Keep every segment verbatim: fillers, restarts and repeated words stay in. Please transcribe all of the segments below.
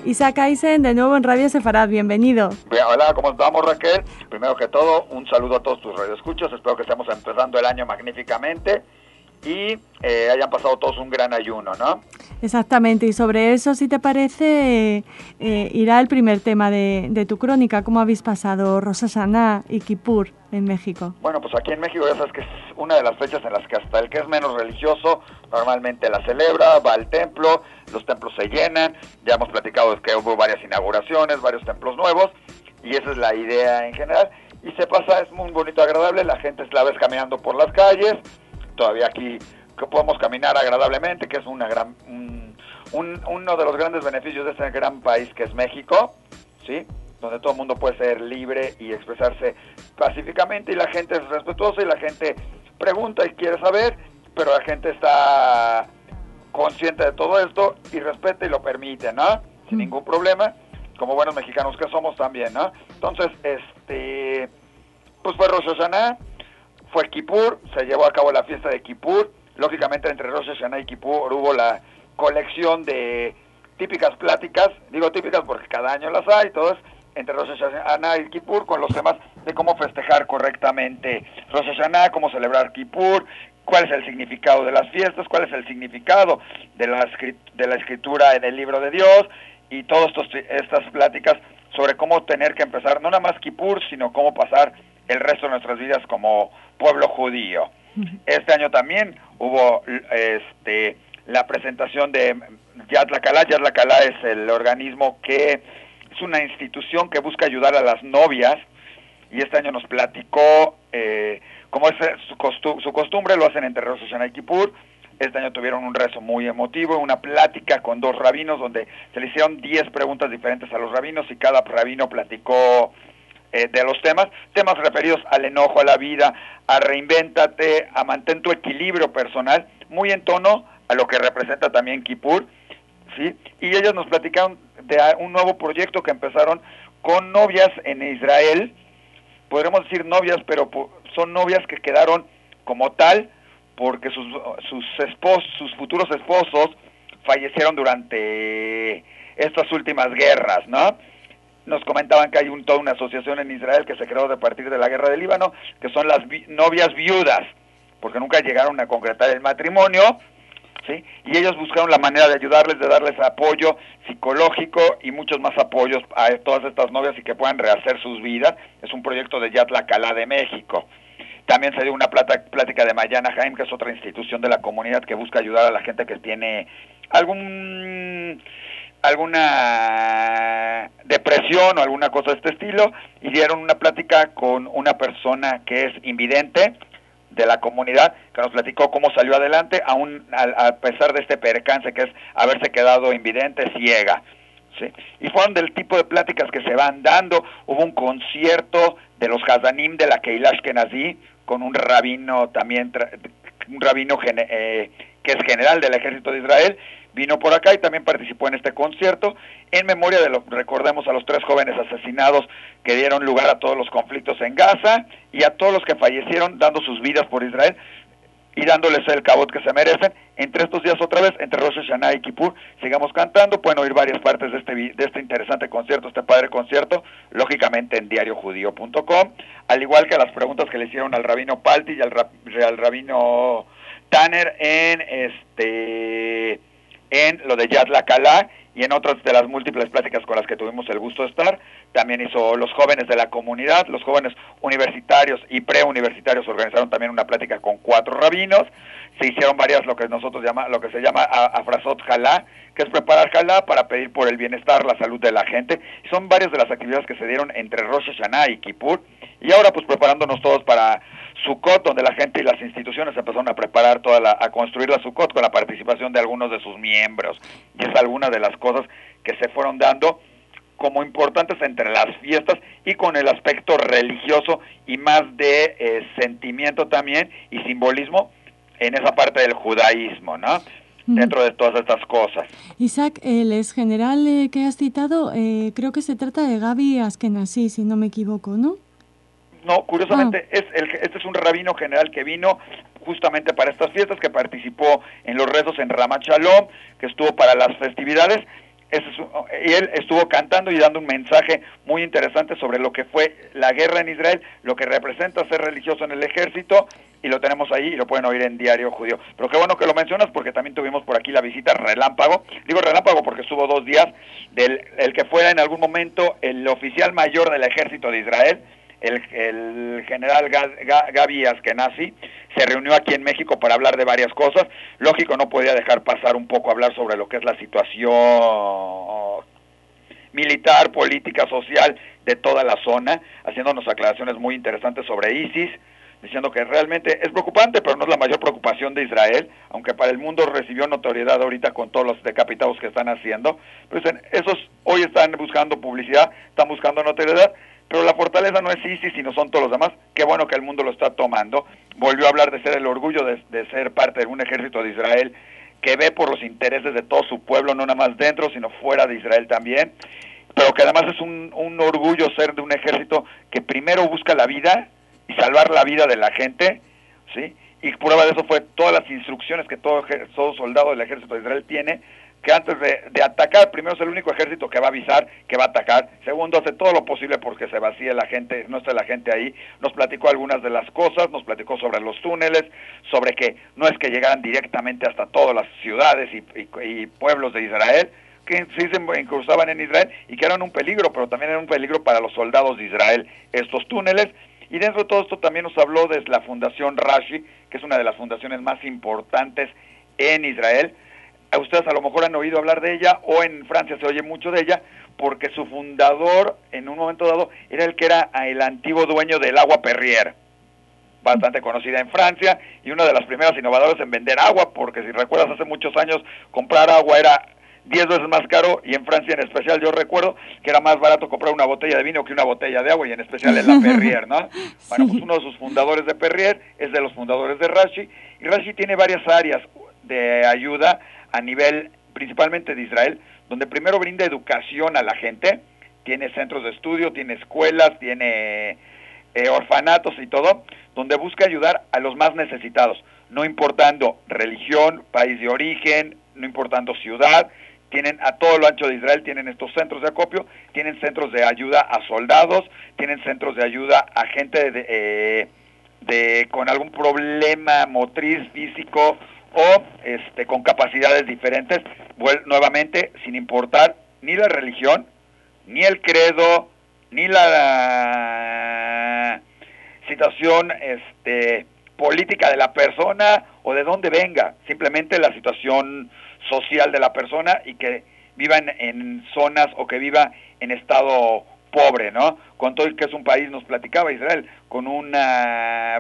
Isaac Eisen, de nuevo en Radio Sefarad, bienvenido. Bien, hola, ¿cómo estamos, Raquel? Primero que todo, un saludo a todos tus radioescuchas, espero que estemos empezando el año magníficamente y eh, hayan pasado todos un gran ayuno, ¿no? Exactamente, y sobre eso, si te parece, eh, irá el primer tema de, de tu crónica. ¿Cómo habéis pasado Rosh Hashanah y Kippur en México? Bueno, pues aquí en México ya sabes que es una de las fechas en las que hasta el que es menos religioso normalmente la celebra, va al templo, los templos se llenan, ya hemos platicado que hubo varias inauguraciones, varios templos nuevos, y esa es la idea en general, y se pasa, es muy bonito, agradable, la gente la ves caminando por las calles, todavía aquí que podemos caminar agradablemente, que es una gran un, un, uno de los grandes beneficios de este gran país que es México, ¿sí? Donde todo el mundo puede ser libre y expresarse pacíficamente, y la gente es respetuosa, y la gente pregunta y quiere saber, pero la gente está consciente de todo esto, y respeta y lo permite, ¿no? Sin ningún problema, como buenos mexicanos que somos también, ¿no? Entonces, este, pues fue Rosh Hashanah, fue Kippur, se llevó a cabo la fiesta de Kippur. Lógicamente entre Rosh Hashanah y Kippur hubo la colección de típicas pláticas, digo típicas porque cada año las hay, todas entre Rosh Hashanah y Kippur, con los temas de cómo festejar correctamente Rosh Hashanah, cómo celebrar Kippur, cuál es el significado de las fiestas, cuál es el significado de la, de la escritura en el libro de Dios, y todas estas pláticas sobre cómo tener que empezar no nada más Kippur, sino cómo pasar el resto de nuestras vidas como pueblo judío. Este año también hubo este la presentación de Yad LaKala. Yad LaKala es el organismo que es una institución que busca ayudar a las novias, y este año nos platicó, eh, como es su, costu su costumbre, lo hacen entre Rosh Hashanah y Kippur. Este año tuvieron un rezo muy emotivo, una plática con dos rabinos donde se le hicieron diez preguntas diferentes a los rabinos, y cada rabino platicó Eh, de los temas, temas referidos al enojo, a la vida, a reinvéntate, a mantén tu equilibrio personal, muy en tono a lo que representa también Kippur, ¿sí? Y ellos nos platicaron de un nuevo proyecto que empezaron con novias en Israel, podremos decir novias, pero son novias que quedaron como tal porque sus, sus esposos, sus futuros esposos fallecieron durante estas últimas guerras, ¿no? Nos comentaban que hay un, toda una asociación en Israel que se creó a partir de la guerra del Líbano, que son las vi novias viudas, porque nunca llegaron a concretar el matrimonio, ¿sí? Y ellos buscaron la manera de ayudarles, de darles apoyo psicológico y muchos más apoyos a todas estas novias y que puedan rehacer sus vidas. Es un proyecto de Yad LaKala de México. También se dio una plata, plática de Mayana Haim, que es otra institución de la comunidad que busca ayudar a la gente que tiene algún... alguna depresión o alguna cosa de este estilo, y dieron una plática con una persona que es invidente de la comunidad, que nos platicó cómo salió adelante aún a, a pesar de este percance que es haberse quedado invidente, ciega, ¿sí? Y fueron del tipo de pláticas que se van dando. Hubo un concierto de los Hazanim de la Keilah Ashkenazí con un rabino también, un rabino eh, que es general del ejército de Israel, vino por acá y también participó en este concierto en memoria de, lo, recordemos, a los tres jóvenes asesinados que dieron lugar a todos los conflictos en Gaza y a todos los que fallecieron dando sus vidas por Israel y dándoles el cabot que se merecen. Entre estos días otra vez, entre Rosh Hashanah y Kippur, sigamos cantando. Pueden oír varias partes de este, de este interesante concierto, este padre concierto, lógicamente en diario judío punto com, al igual que las preguntas que le hicieron al rabino Palti y al, al rabino Tanner en este... en lo de Yad LaKala y en otras de las múltiples pláticas con las que tuvimos el gusto de estar. También hizo los jóvenes de la comunidad, los jóvenes universitarios y preuniversitarios organizaron también una plática con cuatro rabinos. Se hicieron varias, lo que nosotros llama, lo que se llama Afrasot Jalá, que es preparar Jalá para pedir por el bienestar, la salud de la gente. Y son varias de las actividades que se dieron entre Rosh Hashanah y Kippur. Y ahora pues preparándonos todos para Sukkot, donde la gente y las instituciones empezaron a preparar toda la, a construir la Sukkot con la participación de algunos de sus miembros. Y es alguna de las cosas que se fueron dando como importantes entre las fiestas y con el aspecto religioso y más de eh, sentimiento también y simbolismo en esa parte del judaísmo, ¿no? Mm. Dentro de todas estas cosas. Isaac, el ex general eh, que has citado, eh, creo que se trata de Gabi Ashkenazí, si no me equivoco, ¿no? No, curiosamente, ah. es el, este es un rabino general que vino justamente para estas fiestas, que participó en los rezos en Ramat Shalom, que estuvo para las festividades, Ese es un, y él estuvo cantando y dando un mensaje muy interesante sobre lo que fue la guerra en Israel, lo que representa ser religioso en el ejército, y lo tenemos ahí y lo pueden oír en Diario Judío. Pero qué bueno que lo mencionas, porque también tuvimos por aquí la visita relámpago, digo relámpago porque estuvo dos días, del el que fuera en algún momento el oficial mayor del ejército de Israel, el, el general Gabi Ashkenazi, se reunió aquí en México para hablar de varias cosas. Lógico, no podía dejar pasar un poco hablar sobre lo que es la situación militar, política, social de toda la zona, haciéndonos aclaraciones muy interesantes sobre ISIS, diciendo que realmente es preocupante, pero no es la mayor preocupación de Israel, aunque para el mundo recibió notoriedad ahorita con todos los decapitados que están haciendo. Pues esos hoy están buscando publicidad, están buscando notoriedad, pero la fortaleza no es ISIS, sino son todos los demás. Qué bueno que el mundo lo está tomando. Volvió a hablar de ser el orgullo de, de ser parte de un ejército de Israel que ve por los intereses de todo su pueblo, no nada más dentro, sino fuera de Israel también, pero que además es un, un orgullo ser de un ejército que primero busca la vida y salvar la vida de la gente, ¿sí? Y prueba de eso fue todas las instrucciones que todo, todo soldado del ejército de Israel tiene, que antes de, de atacar, primero es el único ejército que va a avisar que va a atacar, segundo hace todo lo posible porque se vacíe la gente, no esté la gente ahí. Nos platicó algunas de las cosas, nos platicó sobre los túneles, sobre que no es que llegaran directamente hasta todas las ciudades y, y, y pueblos de Israel, que sí se incrustaban en Israel y que eran un peligro, pero también eran un peligro para los soldados de Israel estos túneles. Y dentro de todo esto también nos habló de la Fundación Rashi, que es una de las fundaciones más importantes en Israel. A ustedes a lo mejor han oído hablar de ella, o en Francia se oye mucho de ella, porque su fundador en un momento dado era el que era el antiguo dueño del agua Perrier, bastante conocida en Francia, y una de las primeras innovadoras en vender agua, porque si recuerdas hace muchos años comprar agua era diez veces más caro, y en Francia en especial yo recuerdo que era más barato comprar una botella de vino que una botella de agua, y en especial en la Perrier, ¿no? Sí. Bueno, pues uno de sus fundadores de Perrier es de los fundadores de Rashi, y Rashi tiene varias áreas de ayuda a nivel principalmente de Israel, donde primero brinda educación a la gente, tiene centros de estudio, tiene escuelas, tiene eh, orfanatos y todo, donde busca ayudar a los más necesitados, no importando religión, país de origen, no importando ciudad. Tienen a todo lo ancho de Israel, tienen estos centros de acopio, tienen centros de ayuda a soldados, tienen centros de ayuda a gente de, eh, de con algún problema motriz, físico, o este con capacidades diferentes, bueno, nuevamente sin importar ni la religión, ni el credo, ni la, la situación este política de la persona o de dónde venga, simplemente la situación social de la persona y que viva en, en zonas o que viva en estado pobre, ¿no? Con todo que es un país, nos platicaba Israel, con una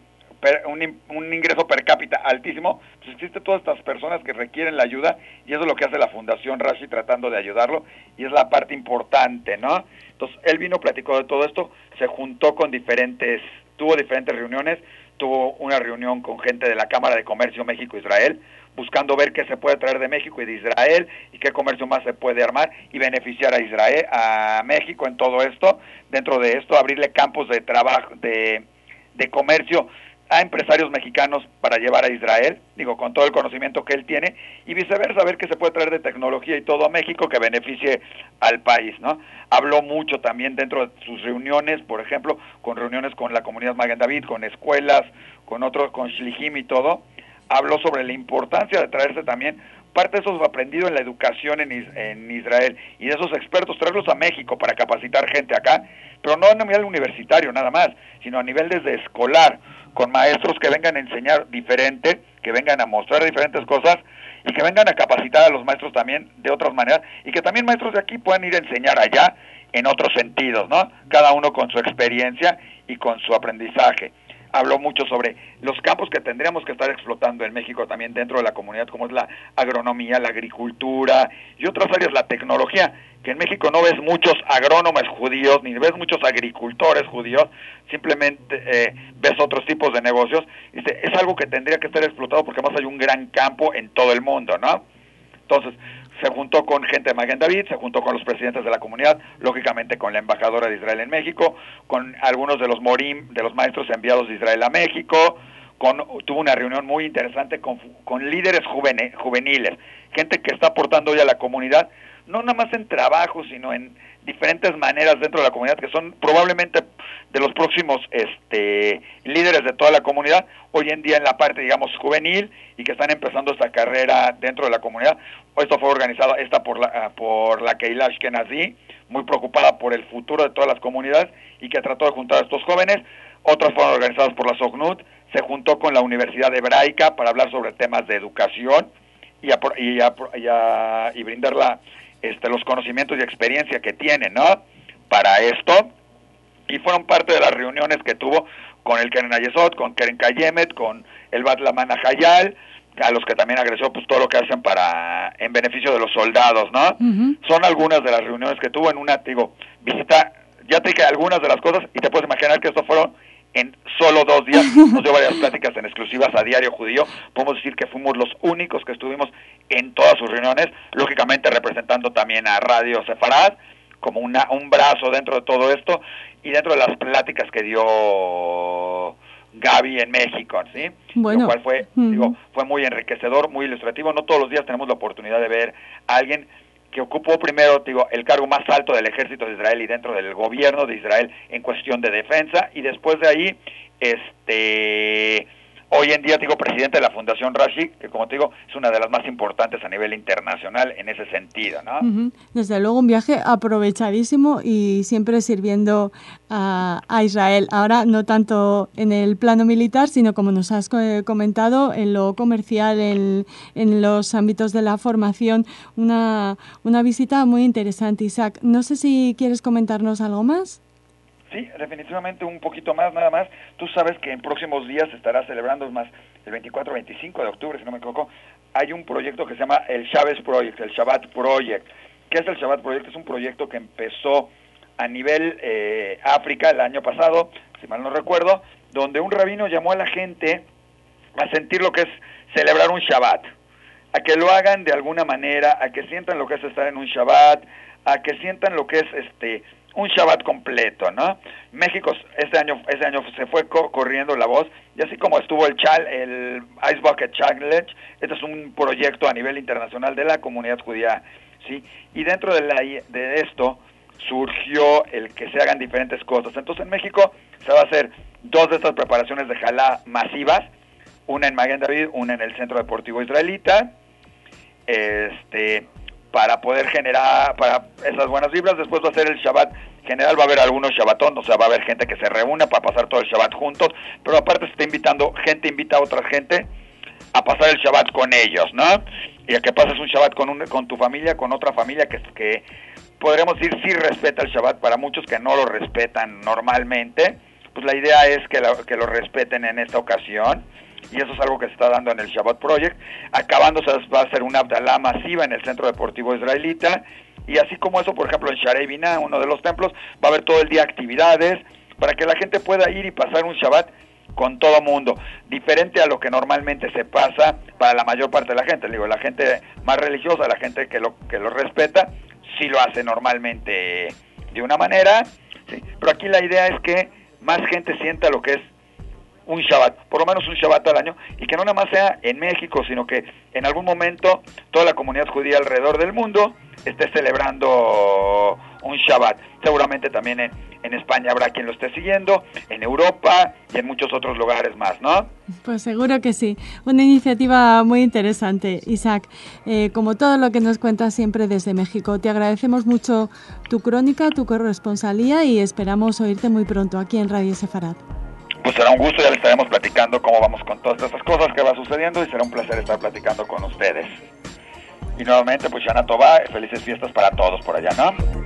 Un, un ingreso per cápita altísimo, pues existen todas estas personas que requieren la ayuda, y eso es lo que hace la Fundación Rashi tratando de ayudarlo, y es la parte importante, ¿no? Entonces, él vino, platicó de todo esto, se juntó con diferentes, tuvo diferentes reuniones, tuvo una reunión con gente de la Cámara de Comercio México-Israel, buscando ver qué se puede traer de México y de Israel, y qué comercio más se puede armar, y beneficiar a Israel, a México en todo esto. Dentro de esto, abrirle campos de trabajo, de, de comercio, a empresarios mexicanos para llevar a Israel, digo, con todo el conocimiento que él tiene, y viceversa, ver qué se puede traer de tecnología y todo a México que beneficie al país, ¿no? Habló mucho también dentro de sus reuniones, por ejemplo, con reuniones con la comunidad Magen David, con escuelas, con otros, con Shlichim y todo. Habló sobre la importancia de traerse también parte de eso aprendido en la educación en, en Israel, y de esos expertos traerlos a México para capacitar gente acá, pero no a nivel universitario nada más, sino a nivel desde escolar, con maestros que vengan a enseñar diferente, que vengan a mostrar diferentes cosas, y que vengan a capacitar a los maestros también de otras maneras, y que también maestros de aquí puedan ir a enseñar allá en otros sentidos, ¿no? Cada uno con su experiencia y con su aprendizaje. Habló mucho sobre los campos que tendríamos que estar explotando en México también dentro de la comunidad, como es la agronomía, la agricultura y otras áreas, la tecnología, que en México no ves muchos agrónomos judíos, ni ves muchos agricultores judíos, simplemente eh, ves otros tipos de negocios. Dice, es algo que tendría que estar explotado porque además hay un gran campo en todo el mundo, ¿no? Entonces, se juntó con gente de Magen David, se juntó con los presidentes de la comunidad, lógicamente con la embajadora de Israel en México, con algunos de los morim, de los maestros enviados de Israel a México, con, tuvo una reunión muy interesante con, con líderes juvene, juveniles, gente que está aportando hoy a la comunidad, no nada más en trabajo, sino en diferentes maneras dentro de la comunidad, que son probablemente de los próximos este, líderes de toda la comunidad, hoy en día en la parte, digamos, juvenil, y que están empezando esta carrera dentro de la comunidad. Esto fue organizado, esta por la, por la Keilah Ashkenazi, muy preocupada por el futuro de todas las comunidades, y que trató de juntar a estos jóvenes. Otras fueron organizadas por la Sognud, se juntó con la Universidad Hebraica para hablar sobre temas de educación, y, a, y, a, y, a, y brindar la, este, los conocimientos y experiencia que tienen, ¿no?, para esto. Y fueron parte de las reuniones que tuvo con el Keren Ayesot, con Keren Kayemet, con el Bat Lamana Hayal, a los que también agradeció pues todo lo que hacen para en beneficio de los soldados, ¿no? Uh-huh. Son algunas de las reuniones que tuvo en una, digo, visita, ya te dije algunas de las cosas, y te puedes imaginar que esto fueron en solo dos días. Nos dio varias pláticas en exclusivas a Diario Judío. Podemos decir que fuimos los únicos que estuvimos en todas sus reuniones, lógicamente representando también a Radio Sefarad, como una, un brazo dentro de todo esto, y dentro de las pláticas que dio Gaby en México, ¿sí? Bueno. Lo cual fue, uh-huh. digo, fue muy enriquecedor, muy ilustrativo. No todos los días tenemos la oportunidad de ver a alguien que ocupó primero, digo, el cargo más alto del ejército de Israel y dentro del gobierno de Israel en cuestión de defensa, y después de ahí, este... hoy en día, digo, presidente de la Fundación Rashi, que como te digo, es una de las más importantes a nivel internacional en ese sentido, ¿no? Uh-huh. Desde luego, un viaje aprovechadísimo y siempre sirviendo a, a Israel. Ahora, no tanto en el plano militar, sino como nos has comentado, en lo comercial, en, en los ámbitos de la formación. Una, una visita muy interesante, Isaac. No sé si quieres comentarnos algo más. Sí, definitivamente un poquito más, nada más. Tú sabes que en próximos días se estará celebrando, es más, el veinticuatro veinticinco de octubre, si no me equivoco, hay un proyecto que se llama el Shabbos Project, el Shabbat Project. ¿Qué es el Shabbat Project? Es un proyecto que empezó a nivel eh, África el año pasado, si mal no recuerdo, donde un rabino llamó a la gente a sentir lo que es celebrar un Shabbat, a que lo hagan de alguna manera, a que sientan lo que es estar en un Shabbat, a que sientan lo que es este... un Shabbat completo, ¿no? México este año este año se fue co- corriendo la voz, y así como estuvo el Chal, el Ice Bucket Challenge, este es un proyecto a nivel internacional de la comunidad judía, ¿sí? Y dentro de, la, de esto surgió el que se hagan diferentes cosas. Entonces en México se va a hacer dos de estas preparaciones de jalá masivas, una en Maguen David, una en el Centro Deportivo Israelita, este... para poder generar, para esas buenas vibras. Después va a ser el Shabbat general, va a haber algunos Shabbatón, o sea, va a haber gente que se reúne para pasar todo el Shabbat juntos, pero aparte se está invitando, gente invita a otra gente a pasar el Shabbat con ellos, ¿no? Y a que pases un Shabbat con, un, con tu familia, con otra familia que, que podríamos decir sí respeta el Shabbat. Para muchos que no lo respetan normalmente, pues la idea es que lo, que lo respeten en esta ocasión. Y eso es algo que se está dando en el Shabbat Project. Acabándose va a ser una Abdalá masiva en el Centro Deportivo Israelita, y así como eso, por ejemplo, en Sharei Binah, uno de los templos, va a haber todo el día actividades para que la gente pueda ir y pasar un Shabbat con todo mundo, diferente a lo que normalmente se pasa para la mayor parte de la gente. Digo, la gente más religiosa, la gente que lo que lo respeta, sí lo hace normalmente de una manera, ¿sí? Pero aquí la idea es que más gente sienta lo que es un Shabbat, por lo menos un Shabbat al año, y que no nada más sea en México, sino que en algún momento toda la comunidad judía alrededor del mundo esté celebrando un Shabbat. Seguramente también en, en España habrá quien lo esté siguiendo, en Europa y en muchos otros lugares más, ¿no? Pues seguro que sí. Una iniciativa muy interesante, Isaac. Eh, como todo lo que nos cuentas siempre desde México, te agradecemos mucho tu crónica, tu corresponsalía, y esperamos oírte muy pronto aquí en Radio Sefarad. Pues será un gusto, ya le estaremos platicando cómo vamos con todas estas cosas que va sucediendo, y será un placer estar platicando con ustedes. Y nuevamente, pues Shana Tová, felices fiestas para todos por allá, ¿no?